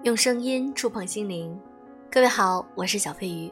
用声音触碰心灵。各位好，我是小飞鱼。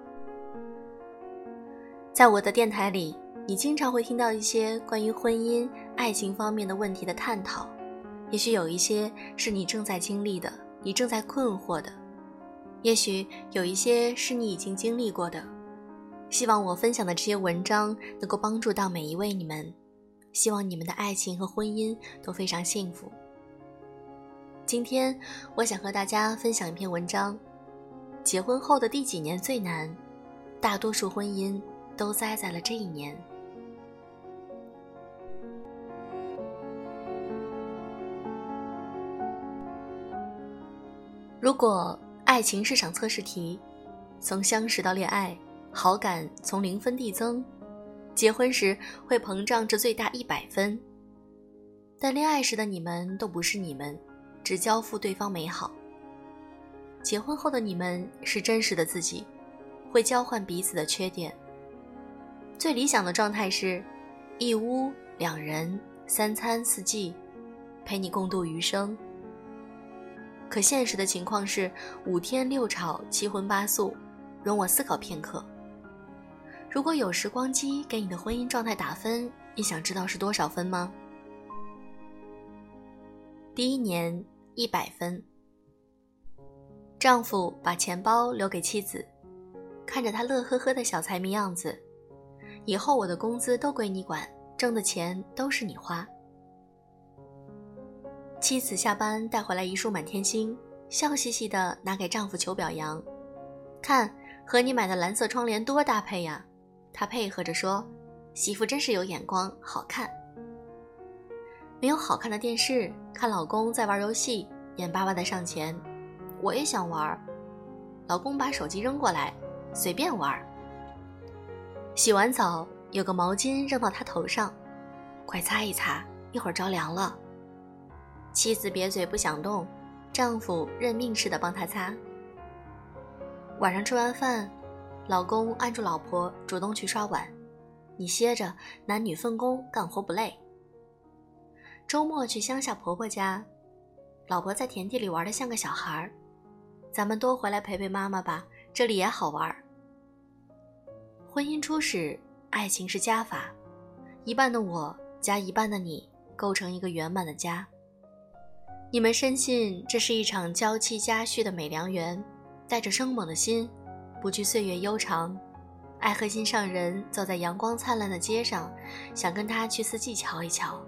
在我的电台里，你经常会听到一些关于婚姻、爱情方面的问题的探讨，也许有一些是你正在经历的，你正在困惑的，也许有一些是你已经经历过的。希望我分享的这些文章能够帮助到每一位你们，希望你们的爱情和婚姻都非常幸福。今天我想和大家分享一篇文章，结婚后的第几年最难？大多数婚姻都栽在了这一年。如果爱情是场测试题，从相识到恋爱，好感从0分递增，结婚时会膨胀至最大100分。但恋爱时的你们都不是你们，只交付对方美好。结婚后的你们是真实的自己，会交换彼此的缺点。最理想的状态是一屋2人，3餐4季，陪你共度余生。可现实的情况是5天6吵7荤8素。容我思考片刻。如果有时光机给你的婚姻状态打分，你想知道是多少分吗？第1年100分。丈夫把钱包留给妻子，看着她乐呵呵的小财迷样子，以后我的工资都归你管，挣的钱都是你花。妻子下班带回来一束满天星，笑嘻嘻地拿给丈夫求表扬，看，和你买的蓝色窗帘多搭配呀。他配合着说，媳妇真是有眼光，好看。没有好看的电视，看老公在玩游戏，眼巴巴地上前，我也想玩。老公把手机扔过来，随便玩。洗完澡，有个毛巾扔到他头上，快擦一擦，一会儿着凉了。妻子瘪嘴不想动，丈夫认命似的帮他擦。晚上吃完饭，老公按住老婆主动去刷碗，你歇着，男女分工，干活不累。周末去乡下婆婆家，老婆在田地里玩得像个小孩，咱们多回来陪陪妈妈吧，这里也好玩。婚姻初始，爱情是加法，1半的我加1半的你，构成一个圆满的家。你们深信这是一场娇妻佳婿的美良缘，带着生猛的心，不惧岁月悠长，爱和心上人走在阳光灿烂的街上，想跟他去四季瞧一瞧。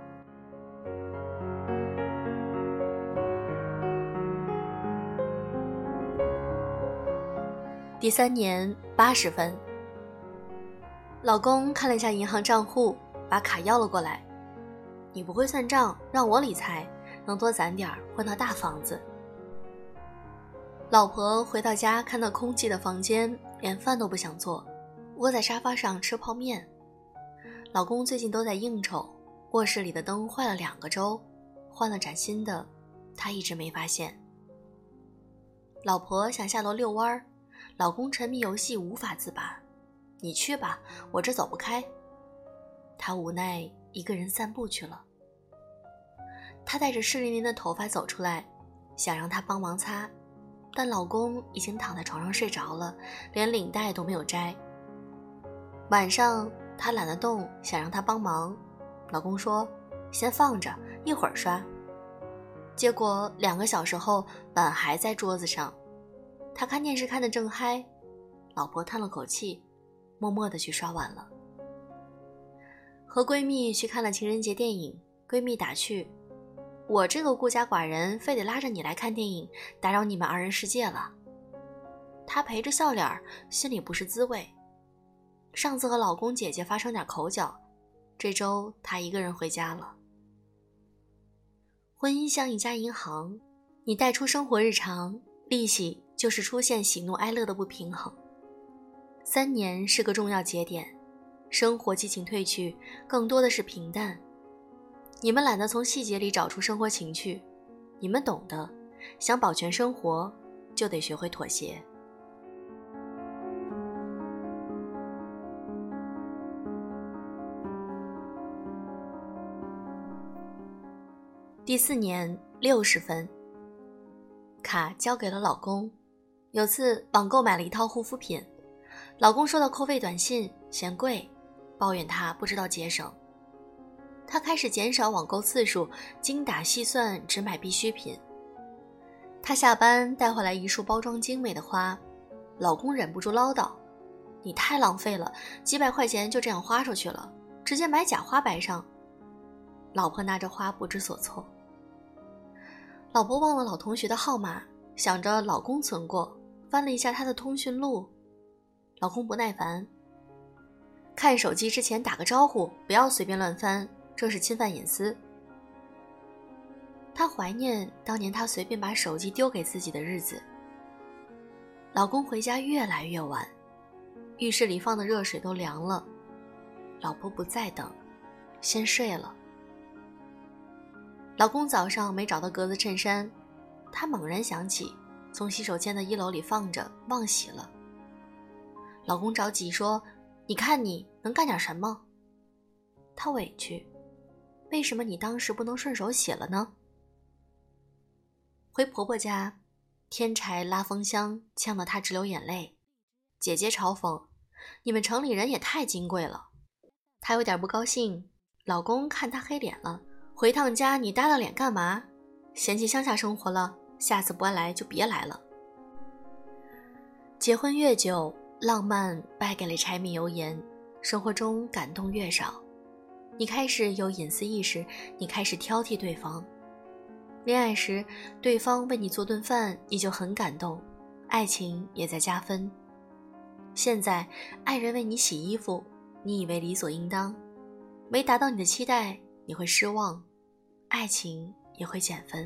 第3年80分。老公看了一下银行账户，把卡要了过来，你不会算账，让我理财，能多攒点换套大房子。老婆回到家，看到空寂的房间，连饭都不想做，窝在沙发上吃泡面。老公最近都在应酬，卧室里的灯坏了2个周，换了盏新的，他一直没发现。老婆想下楼遛弯，老公沉迷游戏无法自拔，你去吧，我这走不开。他无奈一个人散步去了。他带着湿淋淋的头发走出来，想让他帮忙擦，但老公已经躺在床上睡着了，连领带都没有摘。晚上他懒得动，想让他帮忙，老公说先放着，一会儿刷。结果2个小时后，碗还在桌子上，他看电视看得正嗨，老婆叹了口气，默默地去刷碗了。和闺蜜去看了情人节电影，闺蜜打趣，我这个孤家寡人非得拉着你来看电影，打扰你们2人世界了。她陪着笑脸，心里不是滋味。上次和老公姐姐发生点口角，这周她一个人回家了。婚姻像一家银行，你贷出生活日常，利息就是出现喜怒哀乐的不平衡。3年是个重要节点，生活激情褪去，更多的是平淡。你们懒得从细节里找出生活情趣，你们懂得，想保全生活，就得学会妥协。第4年60分。 卡交给了老公。有次网购买了一套护肤品，老公收到扣费短信，嫌贵，抱怨他不知道节省。他开始减少网购次数，精打细算只买必需品。他下班带回来一束包装精美的花，老公忍不住唠叨：你太浪费了，几百块钱就这样花出去了，直接买假花摆上。老婆拿着花不知所措。老婆忘了老同学的号码，想着老公存过，翻了一下他的通讯录。老公不耐烦：看手机之前打个招呼，不要随便乱翻，这是侵犯隐私。她怀念当年她随便把手机丢给自己的日子。老公回家越来越晚，浴室里放的热水都凉了，老婆不再等，先睡了。老公早上没找到格子衬衫，他猛然想起从洗手间的1楼里放着，忘洗了。老公着急说：你看你能干点什么？他委屈：为什么你当时不能顺手洗了呢？回婆婆家，添柴拉风箱呛得她直流眼泪。姐姐嘲讽：你们城里人也太金贵了。她有点不高兴，老公看她黑脸了：回趟家你耷拉脸干嘛？嫌弃乡下生活了，下次不爱来就别来了。结婚越久，浪漫败给了柴米油盐，生活中感动越少。你开始有隐私意识，你开始挑剔对方。恋爱时，对方为你做顿饭，你就很感动，爱情也在加分。现在，爱人为你洗衣服，你以为理所应当，没达到你的期待，你会失望，爱情也会减分。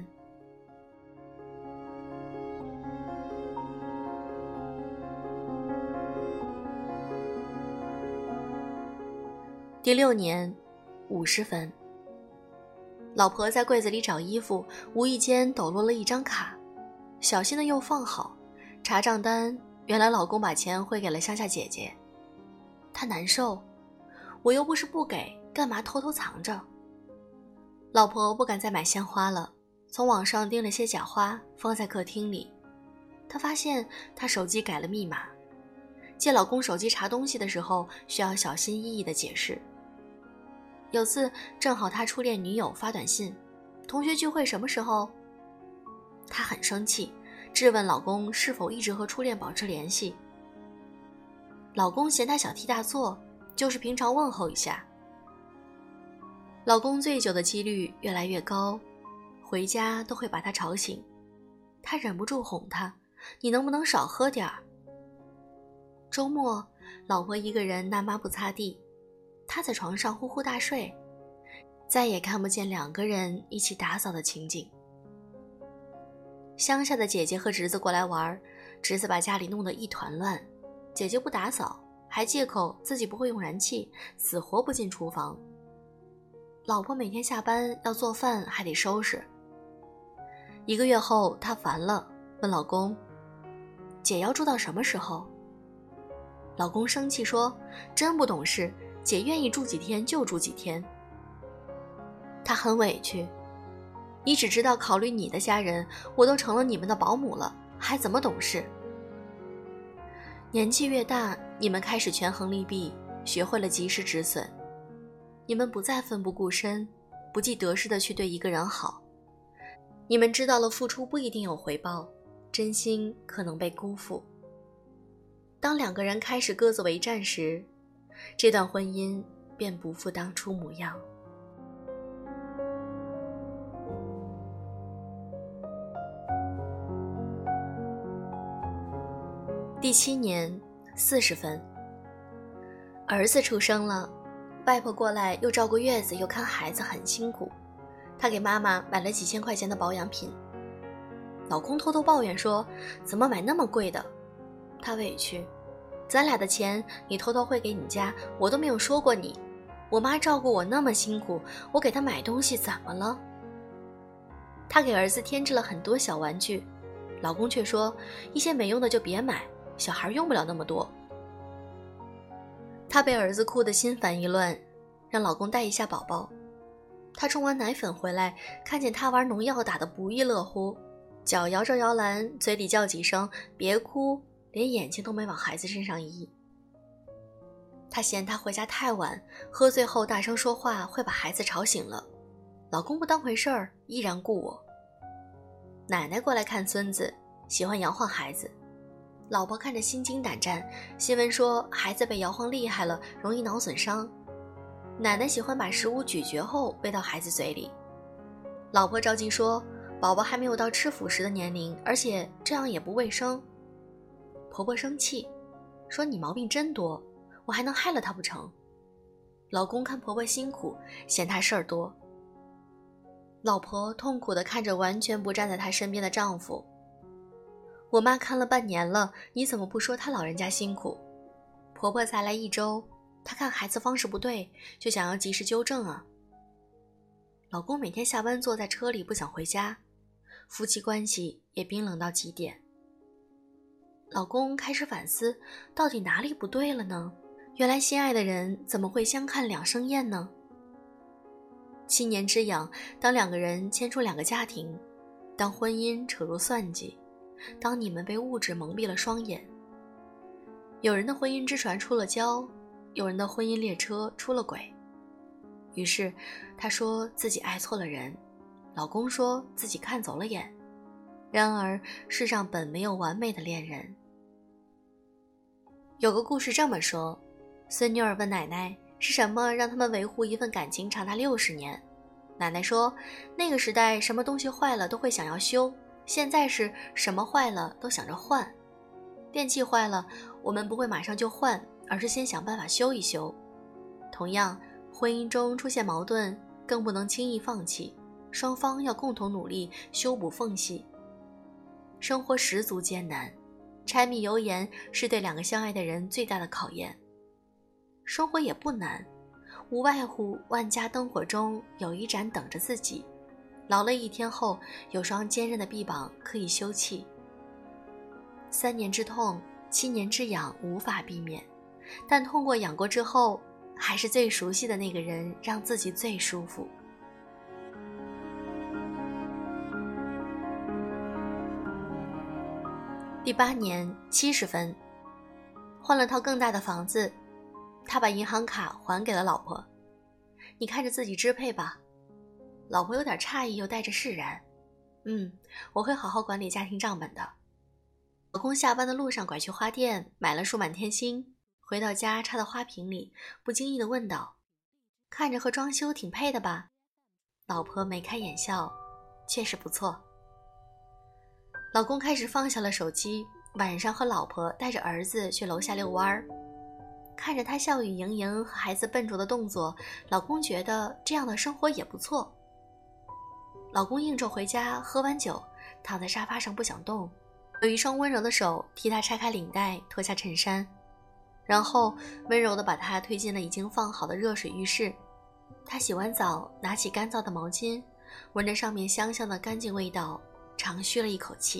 第6年，50分。老婆在柜子里找衣服，无意间抖落了一张卡，小心的又放好。查账单，原来老公把钱汇给了乡下姐姐。她难受，我又不是不给，干嘛偷偷藏着？老婆不敢再买鲜花了，从网上订了些假花，放在客厅里。她发现她手机改了密码，借老公手机查东西的时候，需要小心翼翼地解释。有次正好他初恋女友发短信：同学聚会什么时候？她很生气，质问老公是否一直和初恋保持联系。老公嫌她小题大做，就是平常问候一下。老公醉酒的几率越来越高，回家都会把她吵醒。她忍不住哄他：你能不能少喝点儿？周末，老婆一个人拿抹布擦地，他在床上呼呼大睡，再也看不见2个人一起打扫的情景。乡下的姐姐和侄子过来玩，侄子把家里弄得一团乱，姐姐不打扫，还借口自己不会用燃气，死活不进厨房。老婆每天下班要做饭，还得收拾。1个月后，她烦了，问老公：姐要住到什么时候？老公生气说：真不懂事，姐愿意住几天就住几天。她很委屈：你只知道考虑你的家人，我都成了你们的保姆了，还怎么懂事？年纪越大，你们开始权衡利弊，学会了及时止损。你们不再奋不顾身，不计得失地去对一个人好。你们知道了付出不一定有回报，真心可能被辜负。当2个人开始各自为战时，这段婚姻便不复当初模样。第7年，40分。儿子出生了，外婆过来又照顾月子又看孩子，很辛苦。她给妈妈买了几千块钱的保养品。老公偷偷抱怨说：怎么买那么贵的？她委屈：咱俩的钱你偷偷汇给你家，我都没有说过你。我妈照顾我那么辛苦，我给她买东西怎么了？她给儿子添置了很多小玩具，老公却说：一些没用的就别买，小孩用不了那么多。她被儿子哭得心烦意乱，让老公带一下宝宝。她冲完奶粉回来，看见他玩农药打得不亦乐乎， 脚摇着摇篮，嘴里叫几声别哭，连眼睛都没往孩子身上移。她嫌他回家太晚，喝醉后大声说话会把孩子吵醒了，老公不当回事儿，依然顾我。奶奶过来看孙子，喜欢摇晃孩子，老婆看着心惊胆战，新闻说孩子被摇晃厉害了，容易脑损伤。奶奶喜欢把食物咀嚼后喂到孩子嘴里，老婆着急说宝宝还没有到吃辅食的年龄，而且这样也不卫生。婆婆生气说你毛病真多，我还能害了他不成？老公看婆婆辛苦，嫌她事儿多。老婆痛苦地看着完全不站在她身边的丈夫。我妈看了半年了，你怎么不说她老人家辛苦？婆婆才来1周，她看孩子方式不对，就想要及时纠正啊。老公每天下班坐在车里不想回家，夫妻关系也冰冷到极点。老公开始反思，到底哪里不对了呢？原来心爱的人怎么会相看两生厌呢？7年之痒，当2个人牵出2个家庭，当婚姻扯入算计，当你们被物质蒙蔽了双眼。有人的婚姻之船出了礁，有人的婚姻列车出了轨。于是她说自己爱错了人，老公说自己看走了眼。然而世上本没有完美的恋人。有个故事这么说，孙女儿问奶奶是什么让他们维护一份感情长达60年。奶奶说那个时代什么东西坏了都会想要修，现在是什么坏了都想着换。电器坏了，我们不会马上就换，而是先想办法修一修。同样，婚姻中出现矛盾，更不能轻易放弃，双方要共同努力修补缝隙。生活十足艰难，柴米油盐是对2个相爱的人最大的考验。生活也不难，无外乎万家灯火中有一盏等着自己，劳累1天后有双坚韧的臂膀可以休憩。3年之痛，7年之痒无法避免，但痛过痒过之后，还是最熟悉的那个人让自己最舒服。第8年70分，换了套更大的房子，他把银行卡还给了老婆。你看着自己支配吧。老婆有点诧异又带着释然。我会好好管理家庭账本的。老公下班的路上拐去花店，买了束满天星，回到家插到花瓶里，不经意地问道，看着和装修挺配的吧？老婆眉开眼笑，确实不错。老公开始放下了手机，晚上和老婆带着儿子去楼下遛弯儿。看着他笑语盈盈和孩子笨拙的动作，老公觉得这样的生活也不错。老公应酬回家，喝完酒，躺在沙发上不想动，有一双温柔的手替他拆开领带，脱下衬衫，然后温柔地把他推进了已经放好的热水浴室。他洗完澡，拿起干燥的毛巾，闻着上面香香的干净味道，长吁了一口气。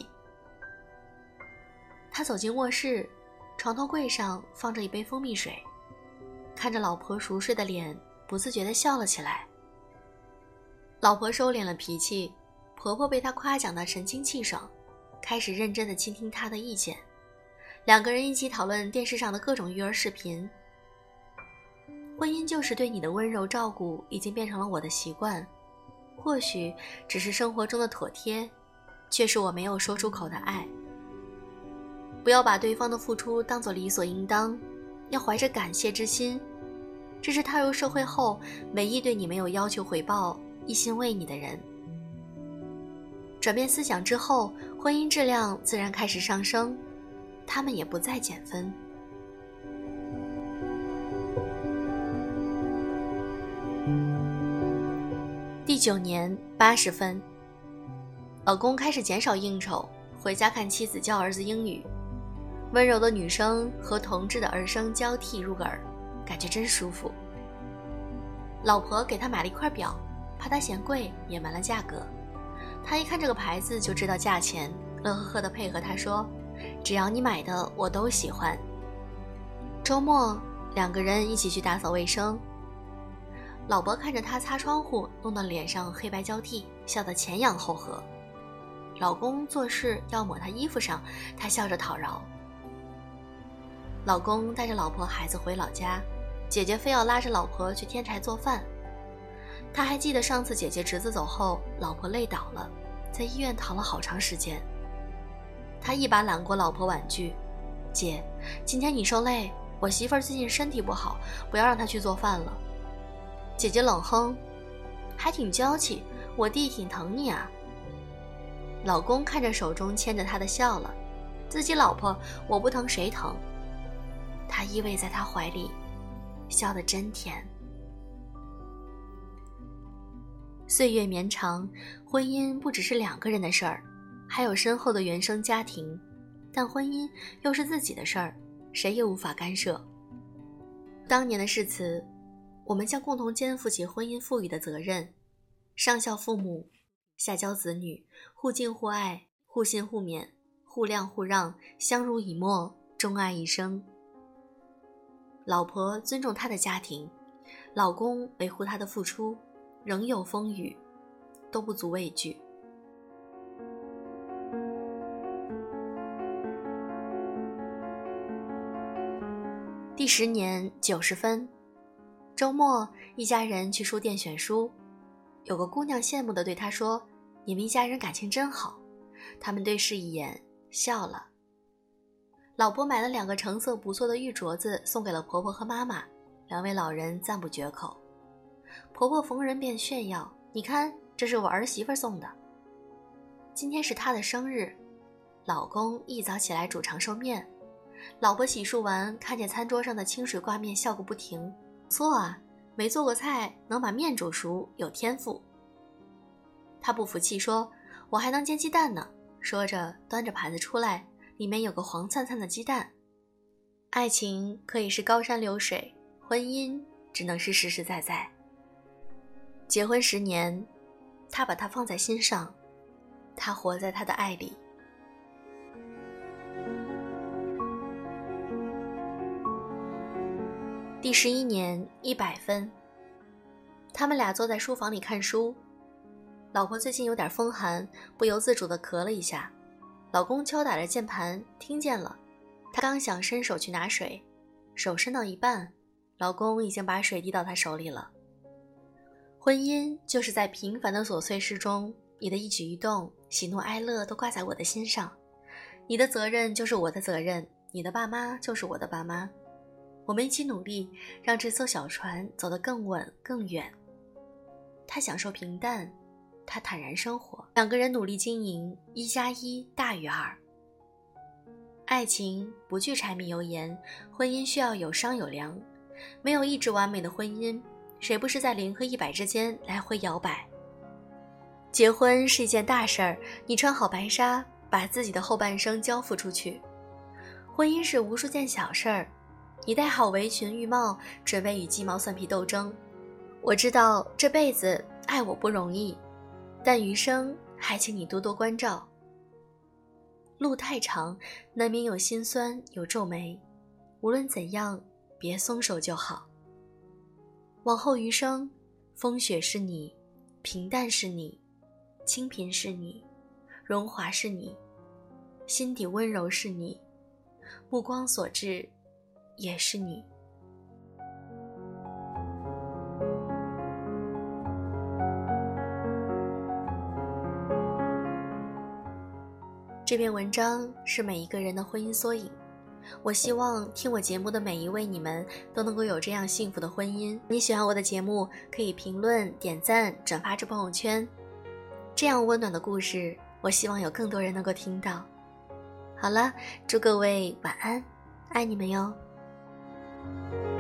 他走进卧室，床头柜上放着一杯蜂蜜水，看着老婆熟睡的脸，不自觉地笑了起来。老婆收敛了脾气，婆婆被他夸奖得神清气爽，开始认真地倾听他的意见。2个人一起讨论电视上的各种育儿视频。婚姻就是对你的温柔照顾已经变成了我的习惯，或许只是生活中的妥帖，却是我没有说出口的爱。不要把对方的付出当作理所应当，要怀着感谢之心。这是踏入社会后唯一对你没有要求回报，一心为你的人。转变思想之后，婚姻质量自然开始上升，他们也不再减分。第9年80分，老公开始减少应酬，回家看妻子教儿子英语。温柔的女声和童稚的儿声交替入耳，感觉真舒服。老婆给他买了一块表，怕他嫌贵，隐瞒了价格。他一看这个牌子就知道价钱，乐呵呵地配合他说，只要你买的我都喜欢。周末2个人一起去打扫卫生，老婆看着他擦窗户，弄得脸上黑白交替，笑得前仰后合。 老公做事要抹她衣服上，她笑着讨饶。老公带着老婆孩子回老家，姐姐非要拉着老婆去添柴做饭。他还记得上次姐姐侄子走后，老婆累倒了，在医院躺了好长时间。他一把揽过老婆婉拒：“姐，今天你受累，我媳妇儿最近身体不好，不要让她去做饭了。”姐姐冷哼：“还挺娇气，我弟挺疼你啊。”老公看着手中牵着她的笑了，自己老婆我不疼谁疼？他依偎在她怀里，笑得真甜。岁月绵长，婚姻不只是2个人的事儿，还有深厚的原生家庭，但婚姻又是自己的事儿，谁也无法干涉。当年的誓词，我们将共同肩负起婚姻赋予的责任，上孝父母，下教子女，互敬互爱，互信互勉，互谅互让，相濡以沫，钟爱一生。老婆尊重他的家庭，老公维护他的付出，仍有风雨，都不足畏惧。第10年90分，周末一家人去书店选书，有个姑娘羡慕地对他说：“你们一家人感情真好。”他们对视一眼，笑了。老婆买了2个成色不错的玉镯子送给了婆婆和妈妈，2位老人赞不绝口。婆婆逢人便炫耀：“你看，这是我儿媳妇送的。”今天是她的生日，老公一早起来煮长寿面，老婆洗漱完看见餐桌上的清水挂面，笑个不停：“不错啊，没做过菜能把面煮熟，有天赋。”她不服气说：“我还能煎鸡蛋呢。”说着端着盘子出来，里面有个黄灿灿的鸡蛋。爱情可以是高山流水，婚姻只能是实实在在。结婚10年，他把它放在心上，他活在他的爱里。第11年100分，他们俩坐在书房里看书。老婆最近有点风寒，不由自主地咳了一下。老公敲打着键盘，听见了，他刚想伸手去拿水，手伸到一半，老公已经把水递到他手里了。婚姻就是在平凡的琐碎事中，你的一举一动，喜怒哀乐都挂在我的心上，你的责任就是我的责任，你的爸妈就是我的爸妈，我们一起努力，让这艘小船走得更稳更远。他享受平淡，他坦然生活，2个人努力经营，1+1大于2。爱情不惧柴米油盐，婚姻需要有商有量，没有一直完美的婚姻，谁不是在0和100之间来回摇摆？结婚是一件大事儿，你穿好白纱，把自己的后半生交付出去。婚姻是无数件小事儿，你戴好围裙浴帽，准备与鸡毛蒜皮斗争。我知道这辈子爱我不容易，但余生还请你多多关照。路太长，难免有心酸有皱眉，无论怎样，别松手就好。往后余生，风雪是你，平淡是你，清贫是你，荣华是你，心底温柔是你，目光所至也是你。这篇文章是每一个人的婚姻缩影，我希望听我节目的每一位你们都能够有这样幸福的婚姻。你喜欢我的节目，可以评论、点赞、转发至朋友圈，这样温暖的故事，我希望有更多人能够听到。好了，祝各位晚安，爱你们哟。